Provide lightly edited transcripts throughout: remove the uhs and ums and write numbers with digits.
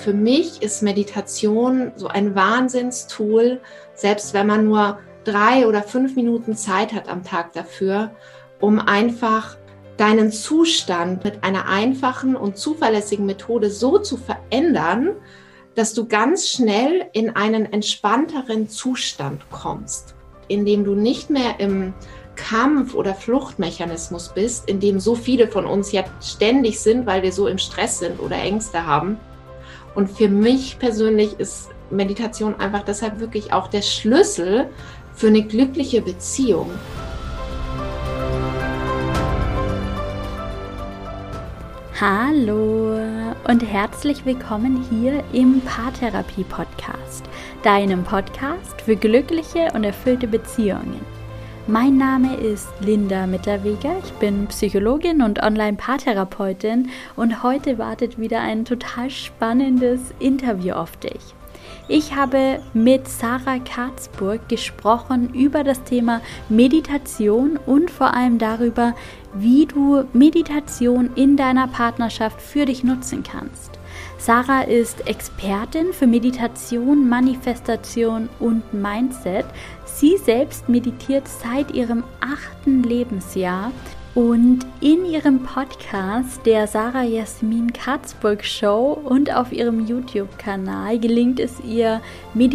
Für mich ist Meditation so ein Wahnsinnstool, selbst wenn man nur 3 oder 5 Minuten Zeit hat am Tag dafür, um einfach deinen Zustand mit einer einfachen und zuverlässigen Methode so zu verändern, dass du ganz schnell in einen entspannteren Zustand kommst, in dem du nicht mehr im Kampf- oder Fluchtmechanismus bist, in dem so viele von uns ja ständig sind, weil wir so im Stress sind oder Ängste haben. Und für mich persönlich ist Meditation einfach deshalb wirklich auch der Schlüssel für eine glückliche Beziehung. Hallo und herzlich willkommen hier im Paartherapie-Podcast, deinem Podcast für glückliche und erfüllte Beziehungen. Mein Name ist Linda Mitterweger, ich bin Psychologin und Online-Paartherapeutin und heute wartet wieder ein total spannendes Interview auf dich. Ich habe mit Sarah Karzburg gesprochen über das Thema Meditation und vor allem darüber, wie du Meditation in deiner Partnerschaft für dich nutzen kannst. Sarah ist Expertin für Meditation, Manifestation und Mindset. Sie selbst meditiert seit ihrem 8. Lebensjahr. Und in ihrem Podcast, der Sarah Jasmin Karzburg Show und auf ihrem YouTube-Kanal gelingt es ihr,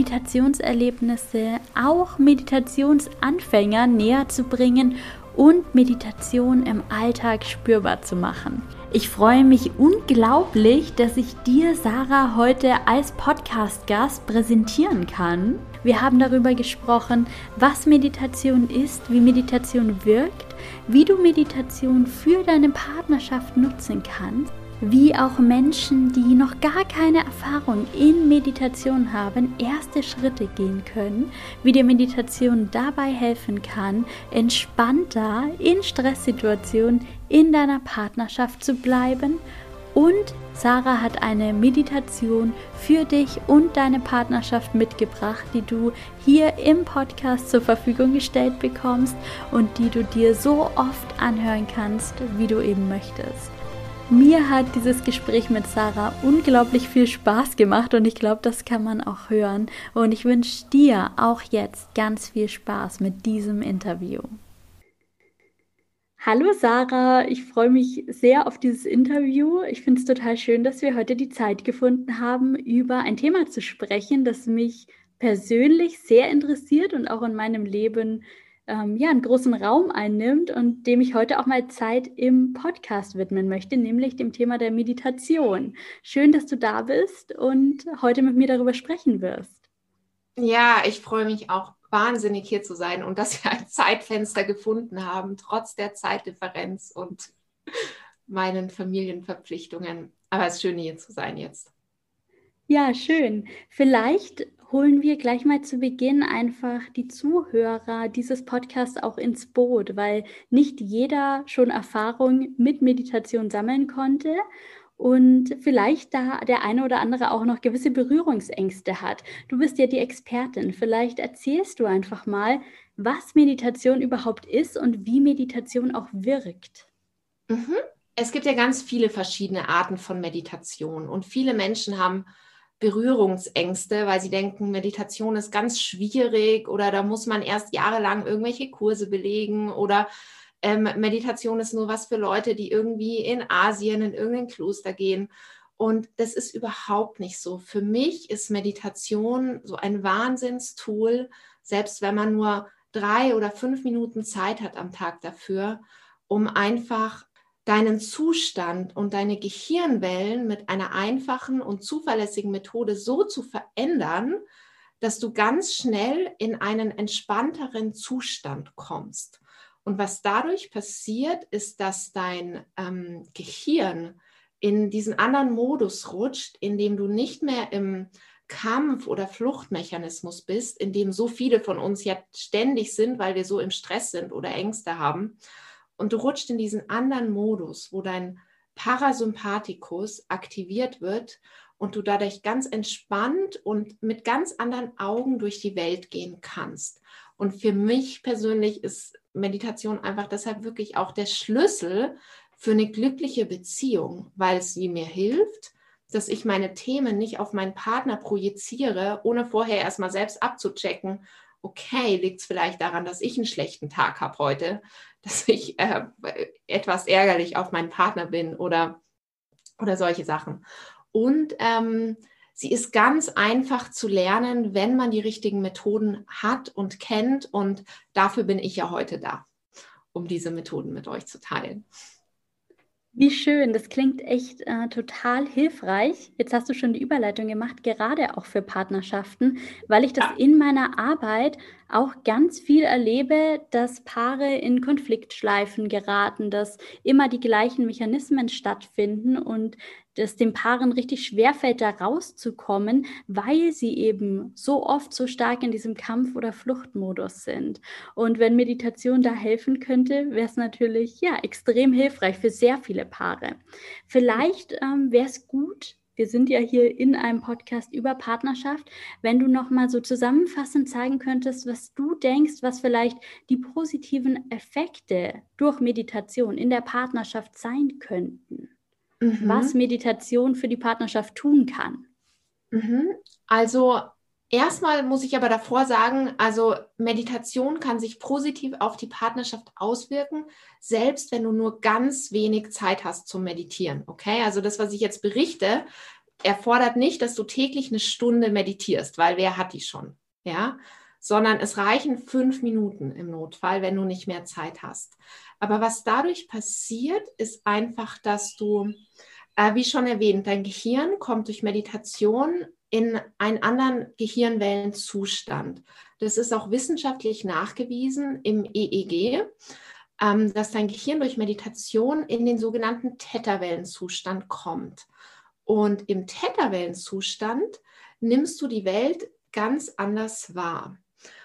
Meditationserlebnisse auch Meditationsanfängern näher zu bringen und Meditation im Alltag spürbar zu machen. Ich freue mich unglaublich, dass ich dir, Sarah, heute als Podcast-Gast präsentieren kann. Wir haben darüber gesprochen, was Meditation ist, wie Meditation wirkt, wie du Meditation für deine Partnerschaft nutzen kannst, wie auch Menschen, die noch gar keine Erfahrung in Meditation haben, erste Schritte gehen können, wie dir Meditation dabei helfen kann, entspannter in Stresssituationen in deiner Partnerschaft zu bleiben. Und Sarah hat eine Meditation für dich und deine Partnerschaft mitgebracht, die du hier im Podcast zur Verfügung gestellt bekommst und die du dir so oft anhören kannst, wie du eben möchtest. Mir hat dieses Gespräch mit Sarah unglaublich viel Spaß gemacht und ich glaube, das kann man auch hören. Und ich wünsche dir auch jetzt ganz viel Spaß mit diesem Interview. Hallo Sarah, ich freue mich sehr auf dieses Interview. Ich finde es total schön, dass wir heute die Zeit gefunden haben, über ein Thema zu sprechen, das mich persönlich sehr interessiert und auch in meinem Leben einen großen Raum einnimmt und dem ich heute auch mal Zeit im Podcast widmen möchte, nämlich dem Thema der Meditation. Schön, dass du da bist und heute mit mir darüber sprechen wirst. Ja, ich freue mich auch wahnsinnig hier zu sein und dass wir ein Zeitfenster gefunden haben, trotz der Zeitdifferenz und meinen Familienverpflichtungen. Aber es ist schön, hier zu sein jetzt. Ja, schön. Vielleicht holen wir gleich mal zu Beginn einfach die Zuhörer dieses Podcasts auch ins Boot, weil nicht jeder schon Erfahrung mit Meditation sammeln konnte und vielleicht da der eine oder andere auch noch gewisse Berührungsängste hat. Du bist ja die Expertin. Vielleicht erzählst du einfach mal, was Meditation überhaupt ist und wie Meditation auch wirkt. Es gibt ja ganz viele verschiedene Arten von Meditation und viele Menschen haben Berührungsängste, weil sie denken, Meditation ist ganz schwierig oder da muss man erst jahrelang irgendwelche Kurse belegen oder Meditation ist nur was für Leute, die irgendwie in Asien in irgendein Kloster gehen. Und das ist überhaupt nicht so. Für mich ist Meditation so ein Wahnsinnstool, selbst wenn man nur 3 oder 5 Minuten Zeit hat am Tag dafür, um einfach deinen Zustand und deine Gehirnwellen mit einer einfachen und zuverlässigen Methode so zu verändern, dass du ganz schnell in einen entspannteren Zustand kommst. Und was dadurch passiert, ist, dass dein Gehirn in diesen anderen Modus rutscht, in dem du nicht mehr im Kampf- oder Fluchtmechanismus bist, in dem so viele von uns ja ständig sind, weil wir so im Stress sind oder Ängste haben. Und du rutscht in diesen anderen Modus, wo dein Parasympathikus aktiviert wird und du dadurch ganz entspannt und mit ganz anderen Augen durch die Welt gehen kannst. Und für mich persönlich ist Meditation einfach deshalb wirklich auch der Schlüssel für eine glückliche Beziehung, weil es sie mir hilft, dass ich meine Themen nicht auf meinen Partner projiziere, ohne vorher erstmal selbst abzuchecken, okay, liegt es vielleicht daran, dass ich einen schlechten Tag habe heute, dass ich etwas ärgerlich auf meinen Partner bin oder solche Sachen. Und sie ist ganz einfach zu lernen, wenn man die richtigen Methoden hat und kennt. Und dafür bin ich ja heute da, um diese Methoden mit euch zu teilen. Wie schön, das klingt echt total hilfreich. Jetzt hast du schon die Überleitung gemacht, gerade auch für Partnerschaften, weil ich das in meiner Arbeit auch ganz viel erlebe, dass Paare in Konfliktschleifen geraten, dass immer die gleichen Mechanismen stattfinden und dass den Paaren richtig schwerfällt, da rauszukommen, weil sie eben so oft so stark in diesem Kampf- oder Fluchtmodus sind. Und wenn Meditation da helfen könnte, wäre es natürlich extrem hilfreich für sehr viele Paare. Vielleicht wäre es gut, wir sind ja hier in einem Podcast über Partnerschaft, wenn du nochmal so zusammenfassend zeigen könntest, was du denkst, was vielleicht die positiven Effekte durch Meditation in der Partnerschaft sein könnten. Was Meditation für die Partnerschaft tun kann. Also erstmal muss ich aber davor sagen, also Meditation kann sich positiv auf die Partnerschaft auswirken, selbst wenn du nur ganz wenig Zeit hast zum Meditieren. Okay, also das, was ich jetzt berichte, erfordert nicht, dass du täglich 1 Stunde meditierst, weil wer hat die schon? Ja, sondern es reichen 5 Minuten im Notfall, wenn du nicht mehr Zeit hast. Aber was dadurch passiert, ist einfach, dass du, wie schon erwähnt, dein Gehirn kommt durch Meditation in einen anderen Gehirnwellenzustand. Das ist auch wissenschaftlich nachgewiesen im EEG, dass dein Gehirn durch Meditation in den sogenannten Theta-Wellenzustand kommt. Und im Theta-Wellenzustand nimmst du die Welt ganz anders wahr.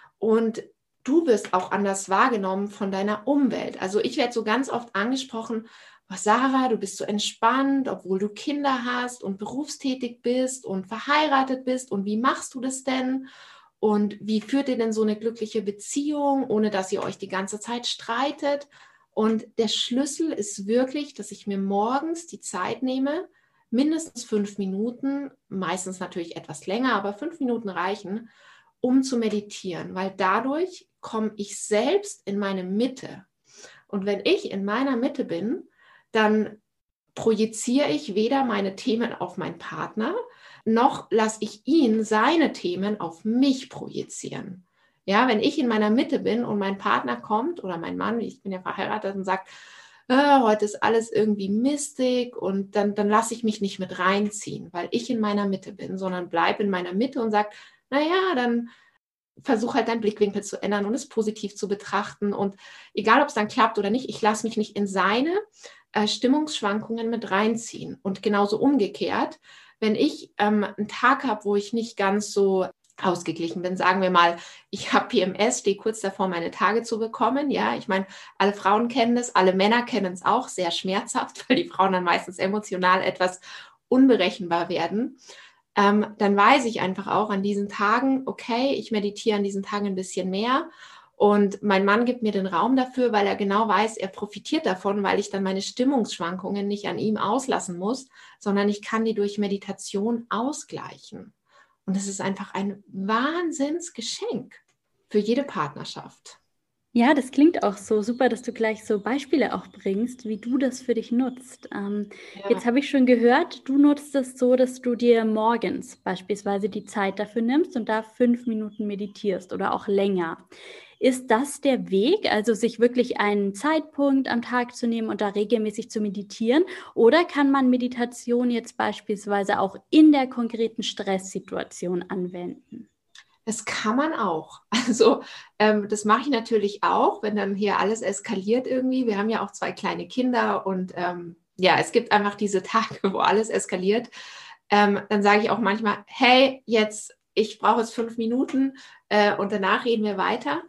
Und du wirst auch anders wahrgenommen von deiner Umwelt. Also ich werde so ganz oft angesprochen, oh Sarah, du bist so entspannt, obwohl du Kinder hast und berufstätig bist und verheiratet bist. Und wie machst du das denn? Und wie führt ihr denn so eine glückliche Beziehung, ohne dass ihr euch die ganze Zeit streitet? Und der Schlüssel ist wirklich, dass ich mir morgens die Zeit nehme, mindestens 5 Minuten, meistens natürlich etwas länger, aber 5 Minuten reichen, um zu meditieren, weil dadurch komme ich selbst in meine Mitte. Und wenn ich in meiner Mitte bin, dann projiziere ich weder meine Themen auf meinen Partner, noch lasse ich ihn seine Themen auf mich projizieren. Ja, wenn ich in meiner Mitte bin und mein Partner kommt oder mein Mann, ich bin ja verheiratet, und sagt, heute ist alles irgendwie mistig, und dann lasse ich mich nicht mit reinziehen, weil ich in meiner Mitte bin, sondern bleibe in meiner Mitte und sage, naja, dann versuch halt deinen Blickwinkel zu ändern und es positiv zu betrachten. Und egal, ob es dann klappt oder nicht, ich lasse mich nicht in seine Stimmungsschwankungen mit reinziehen. Und genauso umgekehrt, wenn ich einen Tag habe, wo ich nicht ganz so ausgeglichen bin, sagen wir mal, ich habe PMS, stehe kurz davor, meine Tage zu bekommen. Ja, ich meine, alle Frauen kennen das, alle Männer kennen es auch, sehr schmerzhaft, weil die Frauen dann meistens emotional etwas unberechenbar werden. Dann weiß ich einfach auch an diesen Tagen, okay, ich meditiere an diesen Tagen ein bisschen mehr. Und mein Mann gibt mir den Raum dafür, weil er genau weiß, er profitiert davon, weil ich dann meine Stimmungsschwankungen nicht an ihm auslassen muss, sondern ich kann die durch Meditation ausgleichen. Und es ist einfach ein Wahnsinnsgeschenk für jede Partnerschaft. Ja, das klingt auch so super, dass du gleich so Beispiele auch bringst, wie du das für dich nutzt. Jetzt habe ich schon gehört, du nutzt es so, dass du dir morgens beispielsweise die Zeit dafür nimmst und da 5 Minuten meditierst oder auch länger. Ist das der Weg, also sich wirklich einen Zeitpunkt am Tag zu nehmen und da regelmäßig zu meditieren? Oder kann man Meditation jetzt beispielsweise auch in der konkreten Stresssituation anwenden? Das kann man auch. Also das mache ich natürlich auch, wenn dann hier alles eskaliert irgendwie. Wir haben ja auch 2 kleine Kinder und ja, es gibt einfach diese Tage, wo alles eskaliert. Dann sage ich auch manchmal, hey, ich brauche jetzt 5 Minuten und danach reden wir weiter.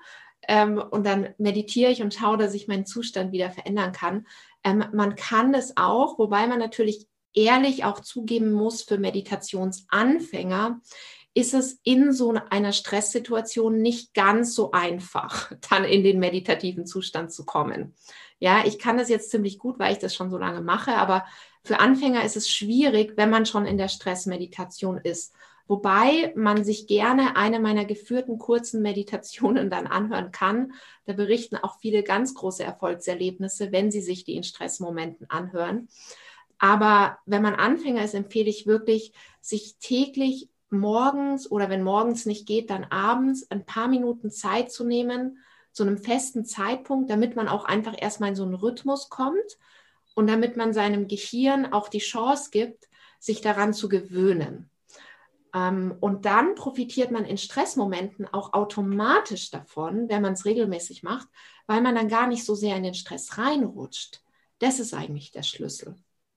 Und dann meditiere ich und schaue, dass ich meinen Zustand wieder verändern kann. Man kann das auch, wobei man natürlich ehrlich auch zugeben muss, für Meditationsanfänger ist es in so einer Stresssituation nicht ganz so einfach, dann in den meditativen Zustand zu kommen. Ja, ich kann das jetzt ziemlich gut, weil ich das schon so lange mache, aber für Anfänger ist es schwierig, wenn man schon in der Stressmeditation ist. Wobei man sich gerne eine meiner geführten kurzen Meditationen dann anhören kann. Da berichten auch viele ganz große Erfolgserlebnisse, wenn sie sich die in Stressmomenten anhören. Aber wenn man Anfänger ist, empfehle ich wirklich, sich täglich morgens oder wenn morgens nicht geht, dann abends ein paar Minuten Zeit zu nehmen, zu einem festen Zeitpunkt, damit man auch einfach erstmal in so einen Rhythmus kommt und damit man seinem Gehirn auch die Chance gibt, sich daran zu gewöhnen. Und dann profitiert man in Stressmomenten auch automatisch davon, wenn man es regelmäßig macht, weil man dann gar nicht so sehr in den Stress reinrutscht. Das ist eigentlich der Schlüssel.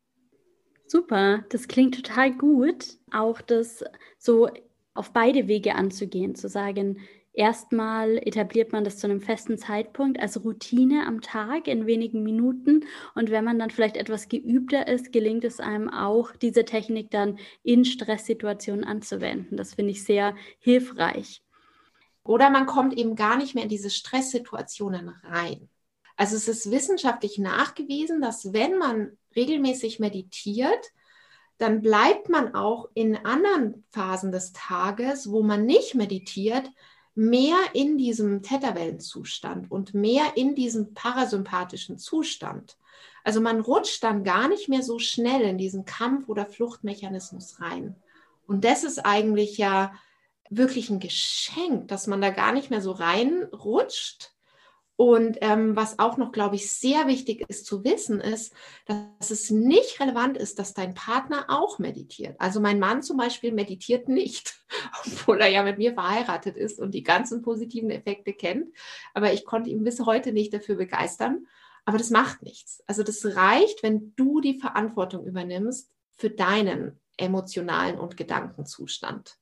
Super, das klingt total gut, auch das so auf beide Wege anzugehen, zu sagen, erstmal etabliert man das zu einem festen Zeitpunkt als Routine am Tag in wenigen Minuten und wenn man dann vielleicht etwas geübter ist, gelingt es einem auch, diese Technik dann in Stresssituationen anzuwenden. Das finde ich sehr hilfreich. Oder man kommt eben gar nicht mehr in diese Stresssituationen rein. Also es ist wissenschaftlich nachgewiesen, dass wenn man regelmäßig meditiert, dann bleibt man auch in anderen Phasen des Tages, wo man nicht meditiert, mehr in diesem Theta-Wellenzustand und mehr in diesem parasympathischen Zustand. Also man rutscht dann gar nicht mehr so schnell in diesen Kampf- oder Fluchtmechanismus rein. Und das ist eigentlich ja wirklich ein Geschenk, dass man da gar nicht mehr so reinrutscht. Und was auch noch, glaube ich, sehr wichtig ist zu wissen, ist, dass es nicht relevant ist, dass dein Partner auch meditiert. Also mein Mann zum Beispiel meditiert nicht, obwohl er ja mit mir verheiratet ist und die ganzen positiven Effekte kennt. Aber ich konnte ihn bis heute nicht dafür begeistern. Aber das macht nichts. Also das reicht, wenn du die Verantwortung übernimmst für deinen emotionalen und Gedankenzustand.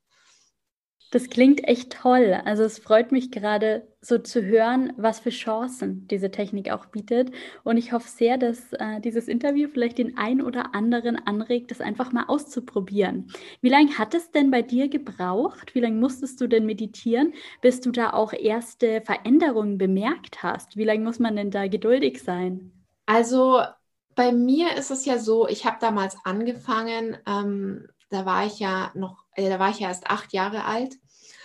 Das klingt echt toll. Also es freut mich gerade so zu hören, was für Chancen diese Technik auch bietet. Und ich hoffe sehr, dass dieses Interview vielleicht den einen oder anderen anregt, das einfach mal auszuprobieren. Wie lange hat es denn bei dir gebraucht? Wie lange musstest du denn meditieren, bis du da auch erste Veränderungen bemerkt hast? Wie lange muss man denn da geduldig sein? Also bei mir ist es ja so, ich habe damals angefangen, da war ich ja erst 8 Jahre alt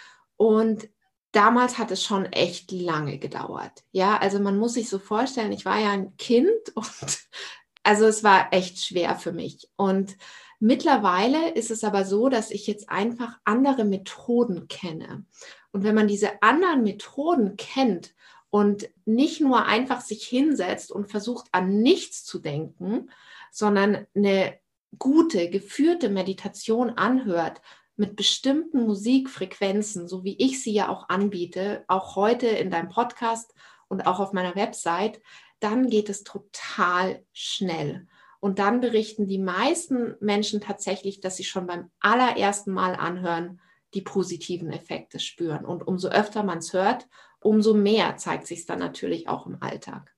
und damals hat es schon echt lange gedauert. Ja, also man muss sich so vorstellen, ich war ja ein Kind und also es war echt schwer für mich. Und mittlerweile ist es aber so, dass ich jetzt einfach andere Methoden kenne. Und wenn man diese anderen Methoden kennt und nicht nur einfach sich hinsetzt und versucht an nichts zu denken, sondern eine gute, geführte Meditation anhört mit bestimmten Musikfrequenzen, so wie ich sie ja auch anbiete, auch heute in deinem Podcast und auch auf meiner Website, dann geht es total schnell. Und dann berichten die meisten Menschen tatsächlich, dass sie schon beim allerersten Mal anhören, die positiven Effekte spüren. Und umso öfter man es hört, umso mehr zeigt sich es dann natürlich auch im Alltag.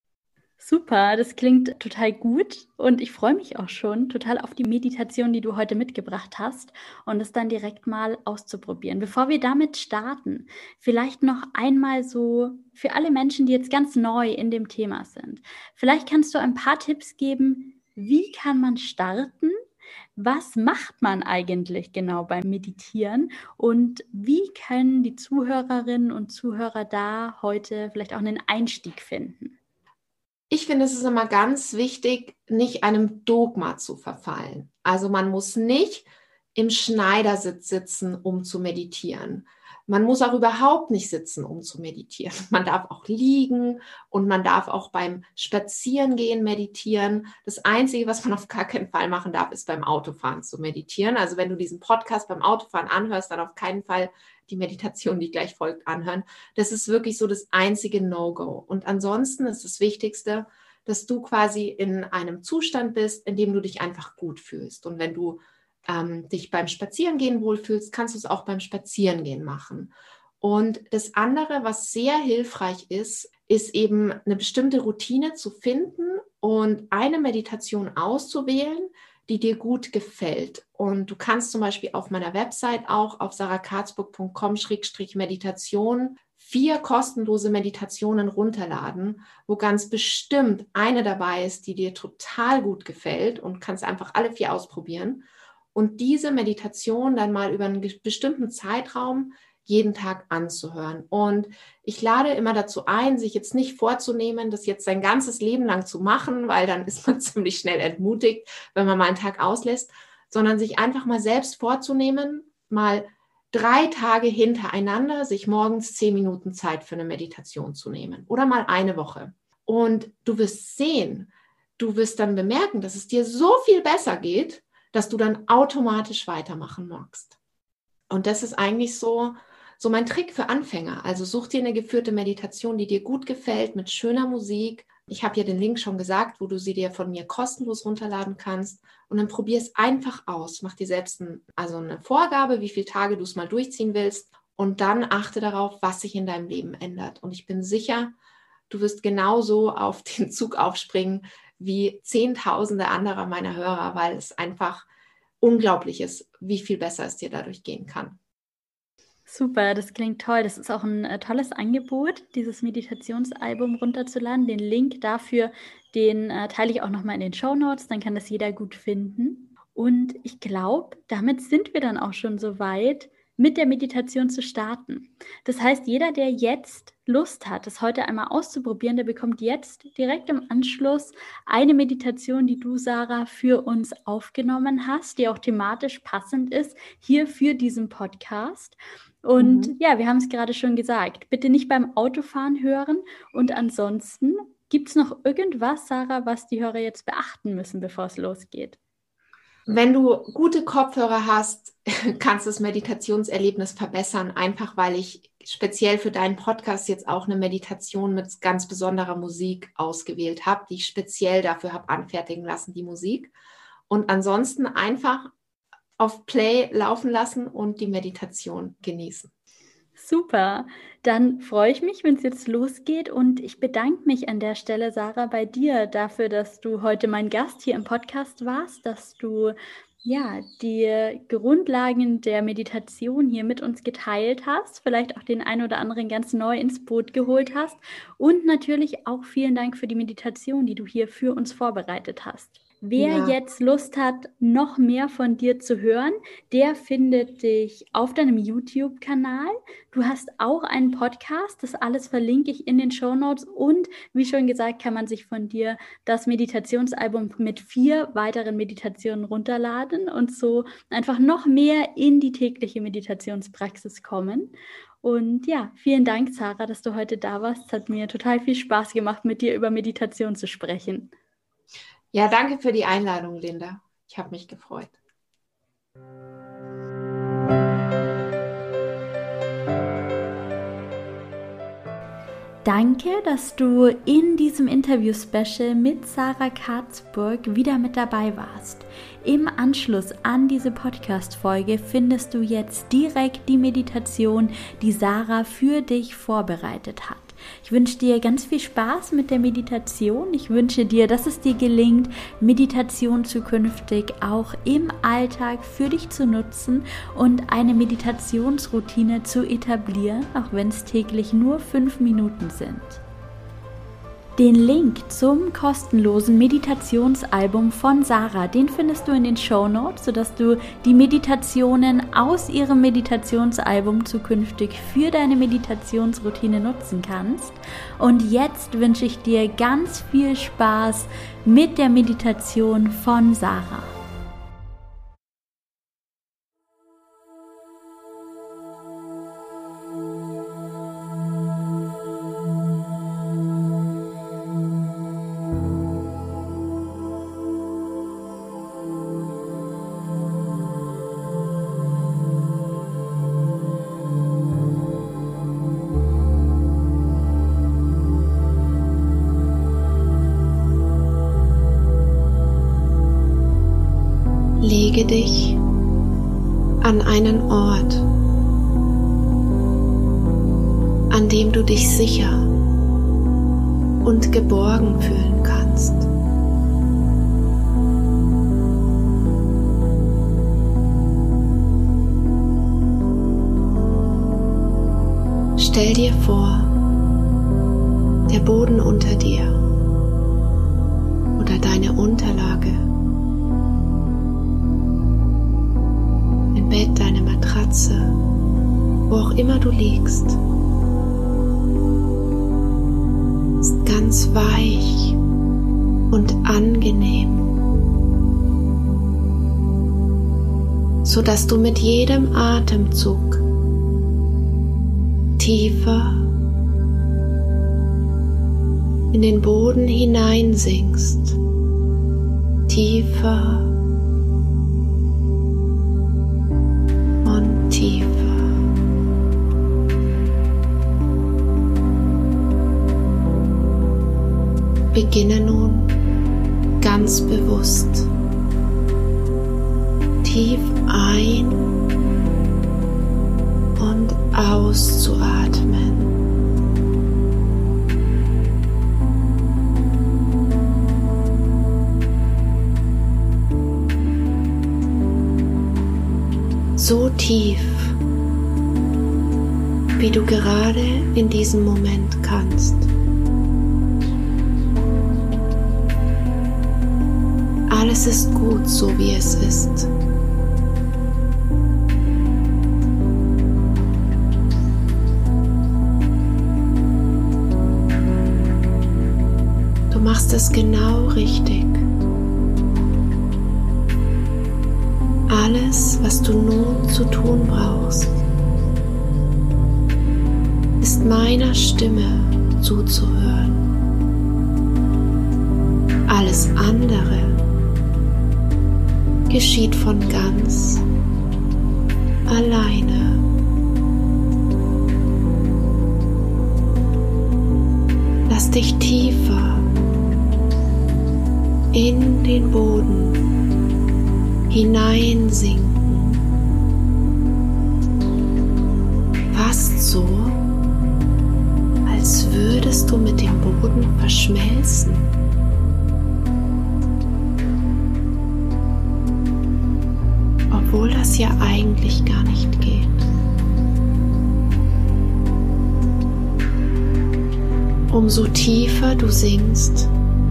Super, das klingt total gut und ich freue mich auch schon total auf die Meditation, die du heute mitgebracht hast und es dann direkt mal auszuprobieren. Bevor wir damit starten, vielleicht noch einmal so für alle Menschen, die jetzt ganz neu in dem Thema sind. Vielleicht kannst du ein paar Tipps geben, wie kann man starten? Was macht man eigentlich genau beim Meditieren und wie können die Zuhörerinnen und Zuhörer da heute vielleicht auch einen Einstieg finden? Ich finde, es ist immer ganz wichtig, nicht einem Dogma zu verfallen. Also man muss nicht im Schneidersitz sitzen, um zu meditieren. Man muss auch überhaupt nicht sitzen, um zu meditieren. Man darf auch liegen und man darf auch beim Spazierengehen meditieren. Das Einzige, was man auf gar keinen Fall machen darf, ist beim Autofahren zu meditieren. Also wenn du diesen Podcast beim Autofahren anhörst, dann auf keinen Fall die Meditation, die gleich folgt, anhören. Das ist wirklich so das einzige No-Go. Und ansonsten ist das Wichtigste, dass du quasi in einem Zustand bist, in dem du dich einfach gut fühlst. Und wenn du dich beim Spazierengehen wohlfühlst, kannst du es auch beim Spazierengehen machen. Und das andere, was sehr hilfreich ist, ist eben eine bestimmte Routine zu finden und eine Meditation auszuwählen, die dir gut gefällt. Und du kannst zum Beispiel auf meiner Website auch auf sarahkarzburg.com/meditation 4 kostenlose Meditationen runterladen, wo ganz bestimmt eine dabei ist, die dir total gut gefällt und kannst einfach alle 4 ausprobieren. Und diese Meditation dann mal über einen bestimmten Zeitraum jeden Tag anzuhören. Und ich lade immer dazu ein, sich jetzt nicht vorzunehmen, das jetzt sein ganzes Leben lang zu machen, weil dann ist man ziemlich schnell entmutigt, wenn man mal einen Tag auslässt, sondern sich einfach mal selbst vorzunehmen, mal 3 Tage hintereinander sich morgens 10 Minuten Zeit für eine Meditation zu nehmen oder mal eine Woche. Und du wirst sehen, du wirst dann bemerken, dass es dir so viel besser geht, dass du dann automatisch weitermachen magst. Und das ist eigentlich so mein Trick für Anfänger. Also such dir eine geführte Meditation, die dir gut gefällt, mit schöner Musik. Ich habe dir den Link schon gesagt, wo du sie dir von mir kostenlos runterladen kannst. Und dann probier es einfach aus. Mach dir selbst eine Vorgabe, wie viele Tage du es mal durchziehen willst. Und dann achte darauf, was sich in deinem Leben ändert. Und ich bin sicher, du wirst genauso auf den Zug aufspringen wie Zehntausende anderer meiner Hörer, weil es einfach unglaublich ist, wie viel besser es dir dadurch gehen kann. Super, das klingt toll. Das ist auch ein tolles Angebot, dieses Meditationsalbum runterzuladen. Den Link dafür, den teile ich auch nochmal in den Shownotes, dann kann das jeder gut finden. Und ich glaube, damit sind wir dann auch schon so weit, mit der Meditation zu starten. Das heißt, jeder, der jetzt Lust hat, das heute einmal auszuprobieren, der bekommt jetzt direkt im Anschluss eine Meditation, die du, Sarah, für uns aufgenommen hast, die auch thematisch passend ist, hier für diesen Podcast. Und ja, wir haben es gerade schon gesagt, bitte nicht beim Autofahren hören. Und ansonsten, gibt es noch irgendwas, Sarah, was die Hörer jetzt beachten müssen, bevor es losgeht? Wenn du gute Kopfhörer hast, kannst du das Meditationserlebnis verbessern, einfach weil ich speziell für deinen Podcast jetzt auch eine Meditation mit ganz besonderer Musik ausgewählt habe, die ich speziell dafür habe anfertigen lassen, die Musik. Und ansonsten einfach auf Play laufen lassen und die Meditation genießen. Super, dann freue ich mich, wenn es jetzt losgeht, und ich bedanke mich an der Stelle, Sarah, bei dir dafür, dass du heute mein Gast hier im Podcast warst, dass du die Grundlagen der Meditation hier mit uns geteilt hast, vielleicht auch den einen oder anderen ganz neu ins Boot geholt hast, und natürlich auch vielen Dank für die Meditation, die du hier für uns vorbereitet hast. Wer jetzt Lust hat, noch mehr von dir zu hören, der findet dich auf deinem YouTube-Kanal. Du hast auch einen Podcast, das alles verlinke ich in den Shownotes, und wie schon gesagt, kann man sich von dir das Meditationsalbum mit 4 weiteren Meditationen runterladen und so einfach noch mehr in die tägliche Meditationspraxis kommen. Und ja, vielen Dank, Sarah, dass du heute da warst. Es hat mir total viel Spaß gemacht, mit dir über Meditation zu sprechen. Ja, danke für die Einladung, Linda. Ich habe mich gefreut. Danke, dass du in diesem Interview-Special mit Sarah Karzburg wieder mit dabei warst. Im Anschluss an diese Podcast-Folge findest du jetzt direkt die Meditation, die Sarah für dich vorbereitet hat. Ich wünsche dir ganz viel Spaß mit der Meditation. Ich wünsche dir, dass es dir gelingt, Meditation zukünftig auch im Alltag für dich zu nutzen und eine Meditationsroutine zu etablieren, auch wenn es täglich nur 5 Minuten sind. Den Link zum kostenlosen Meditationsalbum von Sarah, den findest du in den Shownotes, sodass du die Meditationen aus ihrem Meditationsalbum zukünftig für deine Meditationsroutine nutzen kannst. Und jetzt wünsche ich dir ganz viel Spaß mit der Meditation von Sarah. Lege dich an einen Ort, an dem du dich sicher und geborgen fühlen kannst. Stell dir vor, der Boden unter dir oder deine Unterlage, dein Bett, deine Matratze, wo auch immer du liegst, ist ganz weich und angenehm, so dass du mit jedem Atemzug tiefer in den Boden hineinsinkst, tiefer und tiefer. Beginne nun ganz bewusst tief ein- und auszuatmen. So tief, wie du gerade in diesem Moment kannst. Alles ist gut, so wie es ist. Du machst es genau richtig. Alles, was du nun zu tun brauchst, ist meiner Stimme zuzuhören. Alles andere geschieht von ganz alleine. Lass dich tiefer in den Boden hineinsinken, fast so, als würdest du mit dem Boden verschmelzen. Obwohl das ja eigentlich gar nicht geht. Umso tiefer du sinkst,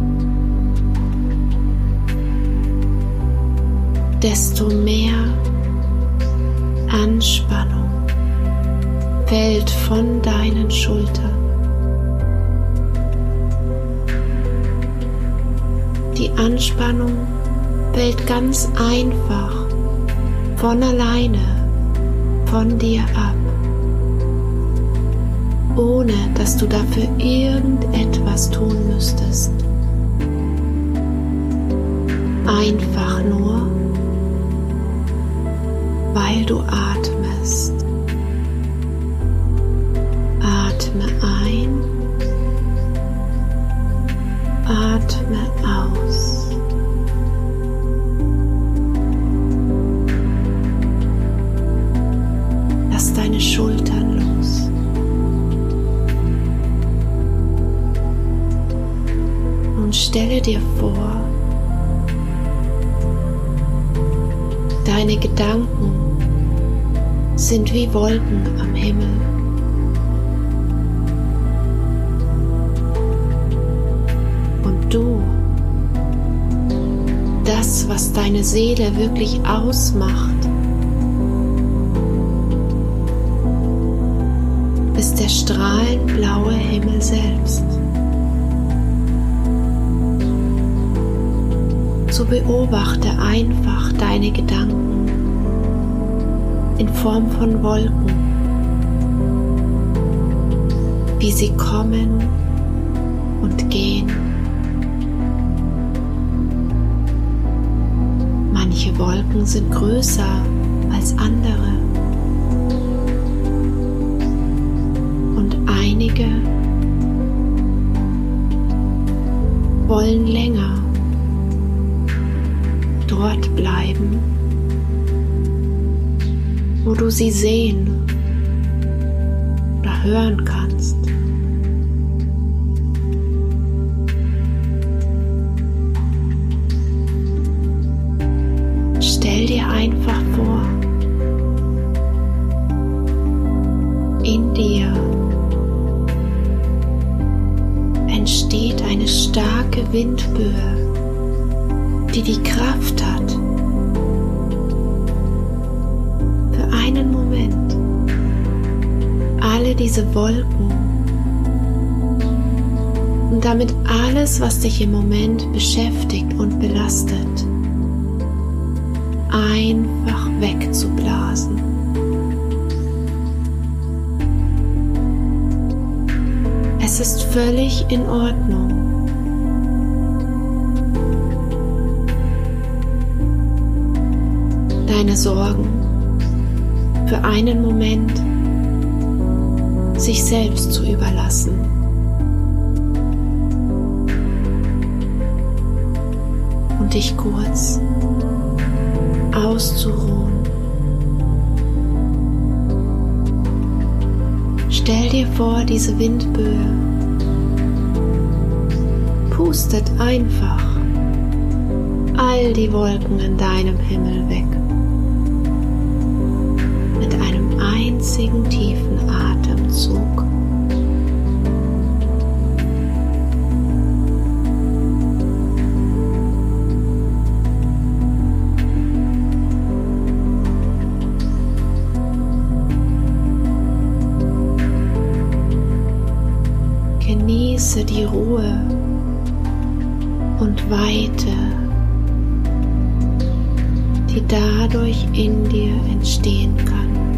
desto mehr Anspannung fällt von deinen Schultern. Die Anspannung fällt ganz einfach von alleine von dir ab, ohne dass du dafür irgendetwas tun müsstest. Einfach nur, weil du atmest. Atme ein, atme aus. Lass deine Schultern los. Nun stelle dir vor, deine Gedanken sind wie Wolken am Himmel. Und du, das, was deine Seele wirklich ausmacht, ist der strahlend blaue Himmel selbst. So beobachte einfach deine Gedanken in Form von Wolken, wie sie kommen und gehen. Manche Wolken sind größer als andere und einige wollen länger dort bleiben, wo du sie sehen oder hören kannst. Stell dir einfach vor, in dir einzige Windböe, die die Kraft hat, für einen Moment alle diese Wolken und damit alles, was dich im Moment beschäftigt und belastet, einfach wegzublasen. Es ist völlig in Ordnung. Deine Sorgen für einen Moment sich selbst zu überlassen. Und dich kurz auszuruhen. Stell dir vor, diese Windböe pustet einfach all die Wolken in deinem Himmel weg. Mit einem einzigen tiefen Atemzug. Genieße die Ruhe und Weite, die dadurch in dir entstehen kann.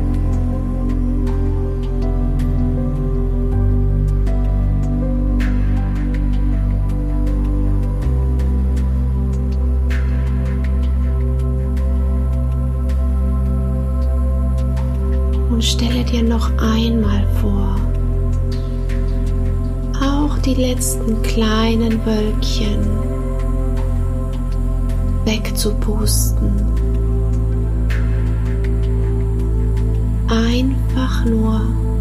Und stelle dir noch einmal vor, auch die letzten kleinen Wölkchen wegzupusten. Einfach nur,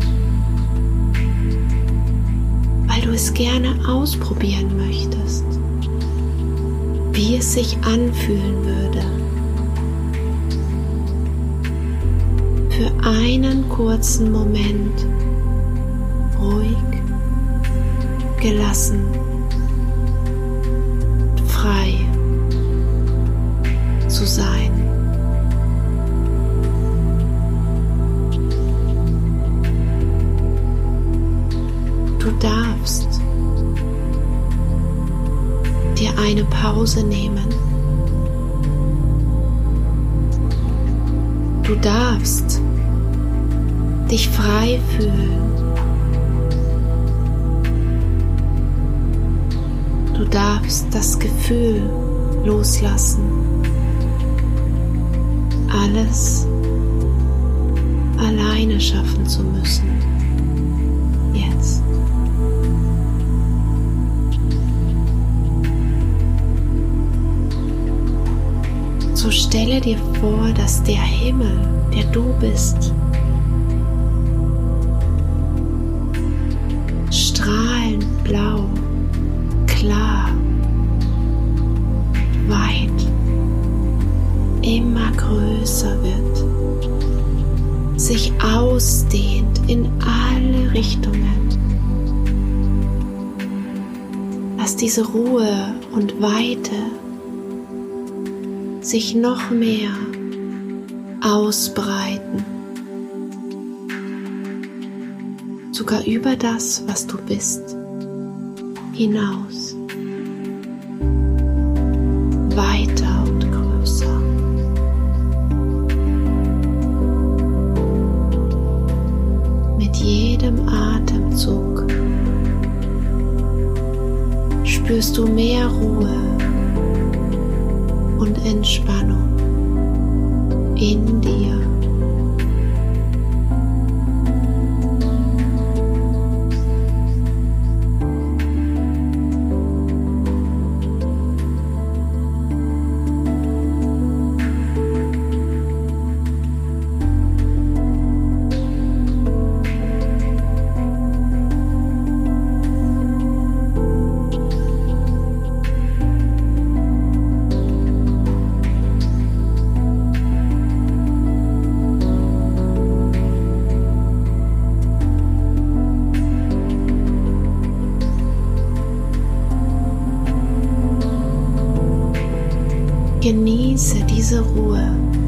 weil du es gerne ausprobieren möchtest, wie es sich anfühlen würde, für einen kurzen Moment ruhig, gelassen, frei zu sein. Du darfst dir eine Pause nehmen. Du darfst dich frei fühlen. Du darfst das Gefühl loslassen, alles alleine schaffen zu müssen. Jetzt. So stelle dir vor, dass der Himmel, der du bist, strahlend blau, klar, weit, immer größer wird, sich ausdehnt in alle Richtungen. Lass diese Ruhe und Weite sich noch mehr ausbreiten, sogar über das, was du bist, hinaus, weiter und größer. Mit jedem Atemzug spürst du mehr Ruhe und Entspannung in dir. Genieße diese Ruhe.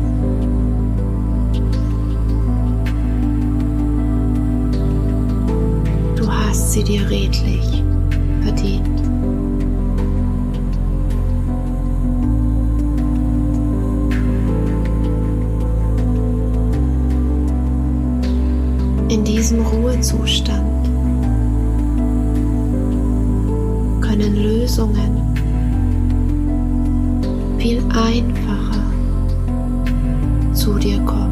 Du hast sie dir redlich verdient. In diesem Ruhezustand können Lösungen viel einfacher zu dir kommen.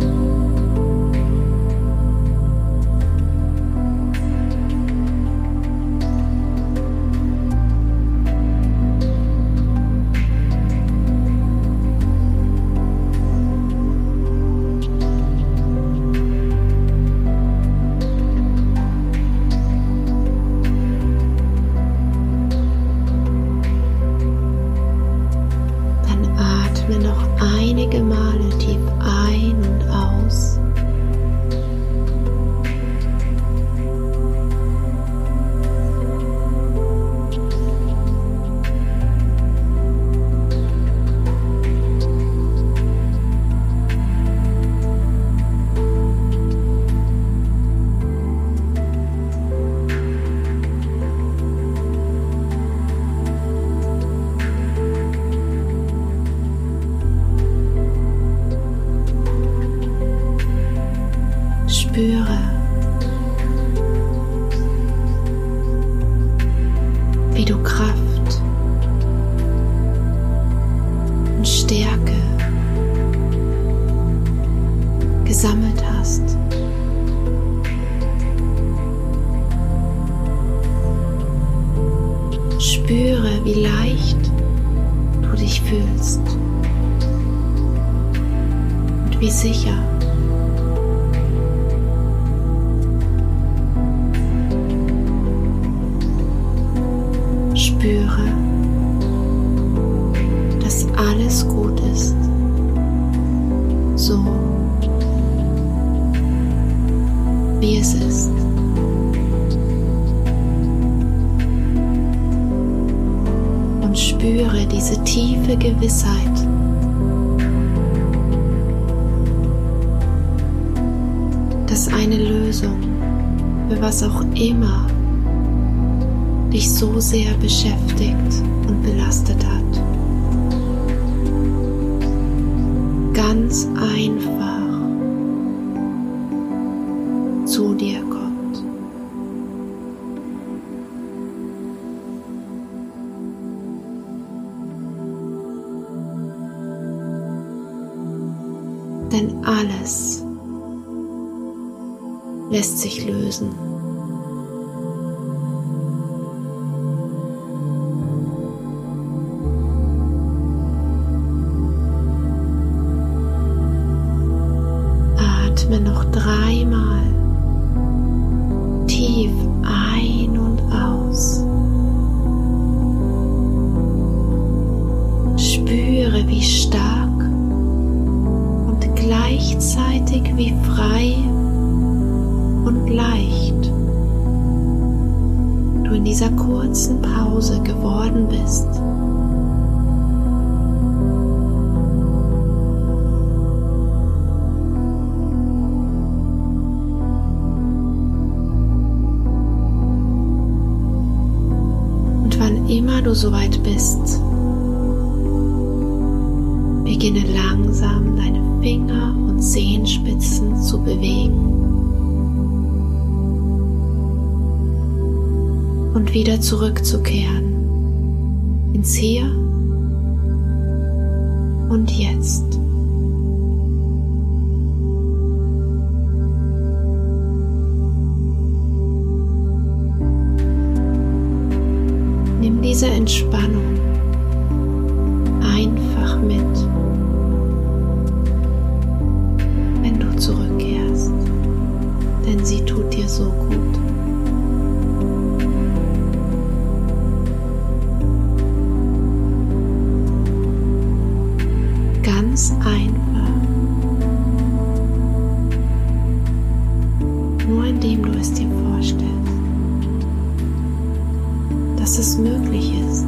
Noch einige Male tief ein und aus. Spüre, wie du Kraft und Stärke gesammelt hast. Spüre, wie leicht du dich fühlst und wie sicher. Spüre, dass alles gut ist, so wie es ist. Und spüre diese tiefe Gewissheit, dass eine Lösung für was auch immer dich so sehr beschäftigt und belastet hat, ganz einfach zu dir kommt. Denn alles lässt sich lösen. Atme noch 3-mal tief ein und aus. Spüre, wie stark und gleichzeitig wie frei und leicht du in dieser kurzen Pause geworden bist. Immer du soweit bist, beginne langsam deine Finger und Zehenspitzen zu bewegen und wieder zurückzukehren ins Hier und Jetzt. Nimm diese Entspannung einfach mit, wenn du zurückkehrst, denn sie tut dir so gut. Ganz einfach, nur indem du es dir vorstellst, dass es möglich ist,